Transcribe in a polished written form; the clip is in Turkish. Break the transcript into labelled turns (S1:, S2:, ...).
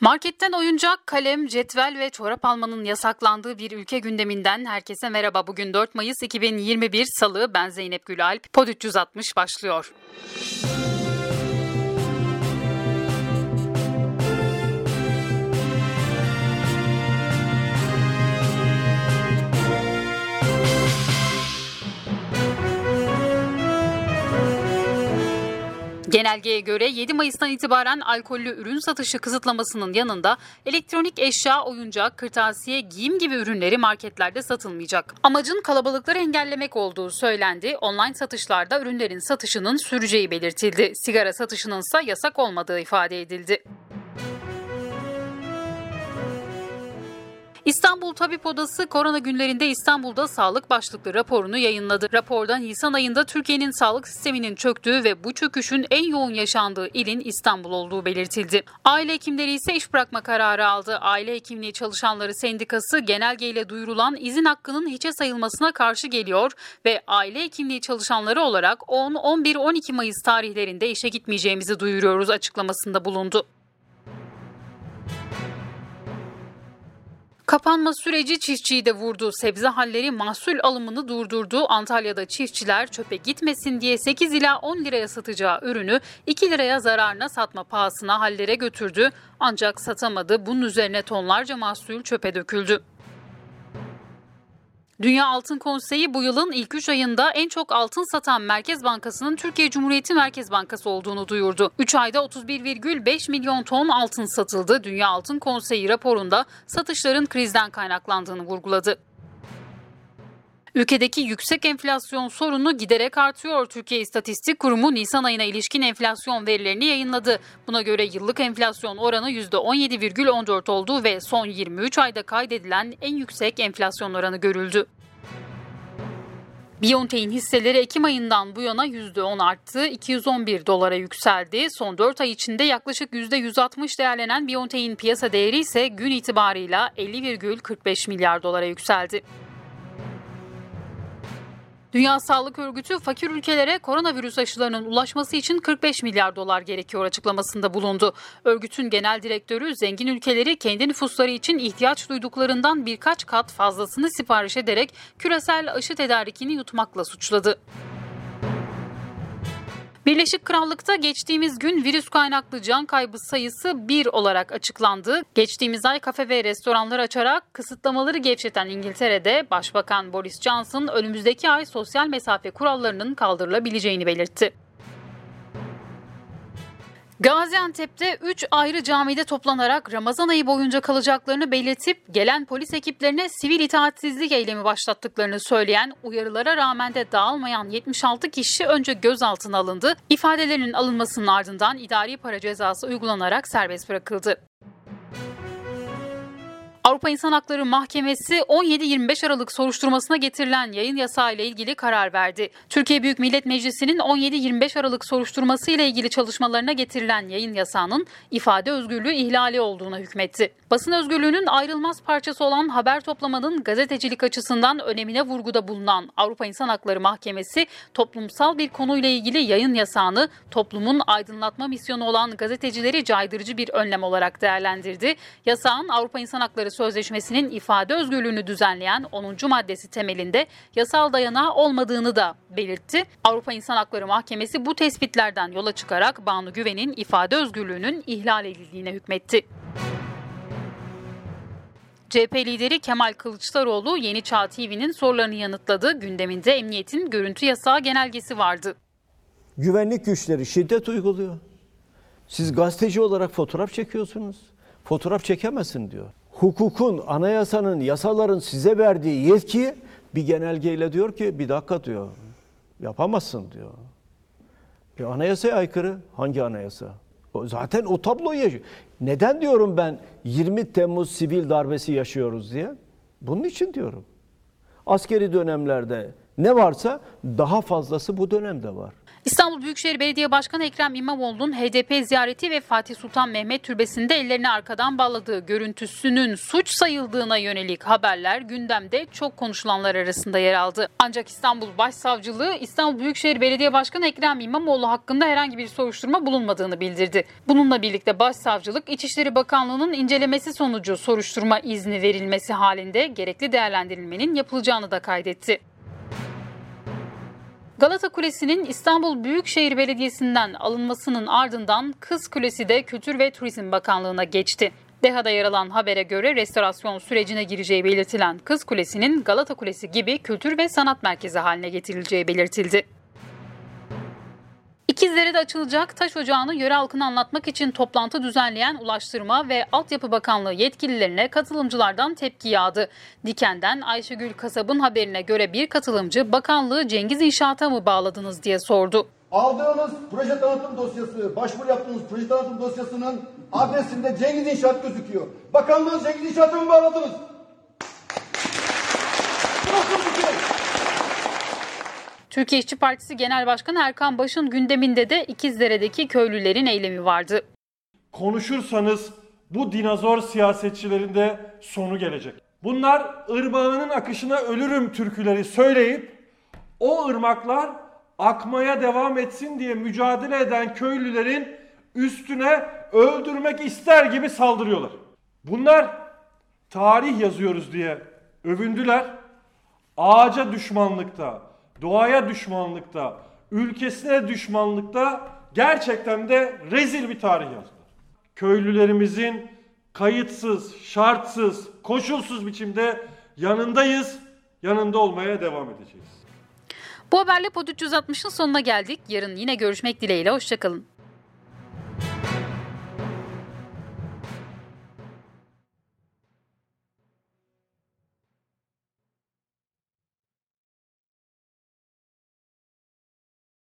S1: Marketten oyuncak, kalem, cetvel ve çorap almanın yasaklandığı bir ülke gündeminden herkese merhaba. Bugün 4 Mayıs 2021 Salı, ben Zeynep Gülalp. Pod 360 başlıyor. Genelgeye göre 7 Mayıs'tan itibaren alkollü ürün satışı kısıtlamasının yanında elektronik eşya, oyuncak, kırtasiye, giyim gibi ürünleri marketlerde satılmayacak. Amacın kalabalıkları engellemek olduğu söylendi. Online satışlarda ürünlerin satışının süreceği belirtildi. Sigara satışının ise yasak olmadığı ifade edildi. İstanbul Tabip Odası korona günlerinde İstanbul'da sağlık başlıklı raporunu yayınladı. Raporda Nisan ayında Türkiye'nin sağlık sisteminin çöktüğü ve bu çöküşün en yoğun yaşandığı ilin İstanbul olduğu belirtildi. Aile hekimleri ise iş bırakma kararı aldı. Aile Hekimliği Çalışanları Sendikası genelgeyle duyurulan izin hakkının hiçe sayılmasına karşı geliyor ve aile hekimliği çalışanları olarak 10, 11, 12 Mayıs tarihlerinde işe gitmeyeceğimizi duyuruyoruz açıklamasında bulundu. Kapanma süreci çiftçiyi de vurdu. Sebze halleri mahsul alımını durdurdu. Antalya'da çiftçiler çöpe gitmesin diye 8 ila 10 liraya satacağı ürünü 2 liraya zararına satma pahasına hallere götürdü. Ancak satamadı. Bunun üzerine tonlarca mahsul çöpe döküldü. Dünya Altın Konseyi bu yılın ilk 3 ayında en çok altın satan Merkez Bankası'nın Türkiye Cumhuriyeti Merkez Bankası olduğunu duyurdu. 3 ayda 31,5 milyon ton altın satıldı. Dünya Altın Konseyi raporunda satışların krizden kaynaklandığını vurguladı. Ülkedeki yüksek enflasyon sorunu giderek artıyor. Türkiye İstatistik Kurumu Nisan ayına ilişkin enflasyon verilerini yayınladı. Buna göre yıllık enflasyon oranı %17,14 oldu ve son 23 ayda kaydedilen en yüksek enflasyon oranı görüldü. BioNTech'in hisseleri Ekim ayından bu yana %10 arttı, 211 dolara yükseldi. Son 4 ay içinde yaklaşık %160 değerlenen BioNTech'in piyasa değeri ise gün itibarıyla 50,45 milyar dolara yükseldi. Dünya Sağlık Örgütü fakir ülkelere koronavirüs aşılarının ulaşması için 45 milyar dolar gerekiyor açıklamasında bulundu. Örgütün genel direktörü zengin ülkeleri kendi nüfusları için ihtiyaç duyduklarından birkaç kat fazlasını sipariş ederek küresel aşı tedarikini yutmakla suçladı. Birleşik Krallık'ta geçtiğimiz gün virüs kaynaklı can kaybı sayısı 1 olarak açıklandı. Geçtiğimiz ay kafe ve restoranlar açarak kısıtlamaları gevşeten İngiltere'de Başbakan Boris Johnson önümüzdeki ay sosyal mesafe kurallarının kaldırılabileceğini belirtti. Gaziantep'te 3 ayrı camide toplanarak Ramazan ayı boyunca kalacaklarını belirtip gelen polis ekiplerine sivil itaatsizlik eylemi başlattıklarını söyleyen, uyarılara rağmen de dağılmayan 76 kişi önce gözaltına alındı. İfadelerinin alınmasının ardından idari para cezası uygulanarak serbest bırakıldı. Avrupa İnsan Hakları Mahkemesi 17-25 Aralık soruşturmasına getirilen yayın yasağı ile ilgili karar verdi. Türkiye Büyük Millet Meclisi'nin 17-25 Aralık soruşturması ile ilgili çalışmalarına getirilen yayın yasağının ifade özgürlüğü ihlali olduğuna hükmetti. Basın özgürlüğünün ayrılmaz parçası olan haber toplamanın gazetecilik açısından önemine vurguda bulunan Avrupa İnsan Hakları Mahkemesi, toplumsal bir konuyla ilgili yayın yasağını toplumun aydınlatma misyonu olan gazetecileri caydırıcı bir önlem olarak değerlendirdi. Yasağın Avrupa İnsan Hakları Sözleşmesi'nin ifade özgürlüğünü düzenleyen 10. maddesi temelinde yasal dayanağı olmadığını da belirtti. Avrupa İnsan Hakları Mahkemesi bu tespitlerden yola çıkarak Banu Güven'in ifade özgürlüğünün ihlal edildiğine hükmetti. CHP lideri Kemal Kılıçdaroğlu Yeni Çağ TV'nin sorularını yanıtladı. Gündeminde emniyetin görüntü yasağı genelgesi vardı.
S2: Güvenlik güçleri şiddet uyguluyor. Siz gazeteci olarak fotoğraf çekiyorsunuz. Fotoğraf çekemezsin diyor. Hukukun, anayasanın, yasaların size verdiği yetki bir genelgeyle diyor ki bir dakika diyor. Yapamazsın diyor. Anayasaya aykırı. Hangi anayasa? Zaten o tabloyu yaşıyor. Neden diyorum ben 20 Temmuz sivil darbesi yaşıyoruz diye? Bunun için diyorum. Askeri dönemlerde ne varsa daha fazlası bu dönemde var.
S1: İstanbul Büyükşehir Belediye Başkanı Ekrem İmamoğlu'nun HDP ziyareti ve Fatih Sultan Mehmet Türbesi'nde ellerini arkadan bağladığı görüntüsünün suç sayıldığına yönelik haberler gündemde çok konuşulanlar arasında yer aldı. Ancak İstanbul Başsavcılığı İstanbul Büyükşehir Belediye Başkanı Ekrem İmamoğlu hakkında herhangi bir soruşturma bulunmadığını bildirdi. Bununla birlikte Başsavcılık İçişleri Bakanlığı'nın incelemesi sonucu soruşturma izni verilmesi halinde gerekli değerlendirilmenin yapılacağını da kaydetti. Galata Kulesi'nin İstanbul Büyükşehir Belediyesi'nden alınmasının ardından Kız Kulesi de Kültür ve Turizm Bakanlığı'na geçti. DEHA'da yer alan habere göre restorasyon sürecine gireceği belirtilen Kız Kulesi'nin Galata Kulesi gibi kültür ve sanat merkezi haline getirileceği belirtildi. İkizdere'de açılacak taş ocağını yöre halkına anlatmak için toplantı düzenleyen Ulaştırma ve Altyapı Bakanlığı yetkililerine katılımcılardan tepki yağdı. Diken'den Ayşegül Kasab'ın haberine göre bir katılımcı bakanlığı Cengiz İnşaat'a mı bağladınız diye sordu.
S3: Aldığınız proje tanıtım dosyası, başvuru yaptığınız proje tanıtım dosyasının adresinde Cengiz İnşaat gözüküyor. Bakanlığı Cengiz İnşaat'a mı bağladınız?
S1: Türkiye İşçi Partisi Genel Başkanı Erkan Baş'ın gündeminde de İkizdere'deki köylülerin eylemi vardı.
S4: Konuşursanız bu dinozor siyasetçilerin de sonu gelecek. Bunlar ırmağının akışına ölürüm türküleri söyleyip o ırmaklar akmaya devam etsin diye mücadele eden köylülerin üstüne öldürmek ister gibi saldırıyorlar. Bunlar tarih yazıyoruz diye övündüler. Ağaca düşmanlıkta, doğaya düşmanlıkta, ülkesine düşmanlıkta gerçekten de rezil bir tarih yazdılar. Köylülerimizin kayıtsız, şartsız, koşulsuz biçimde yanındayız, yanında olmaya devam edeceğiz.
S1: Bu haberle Pod 360'ın sonuna geldik. Yarın yine görüşmek dileğiyle, hoşçakalın.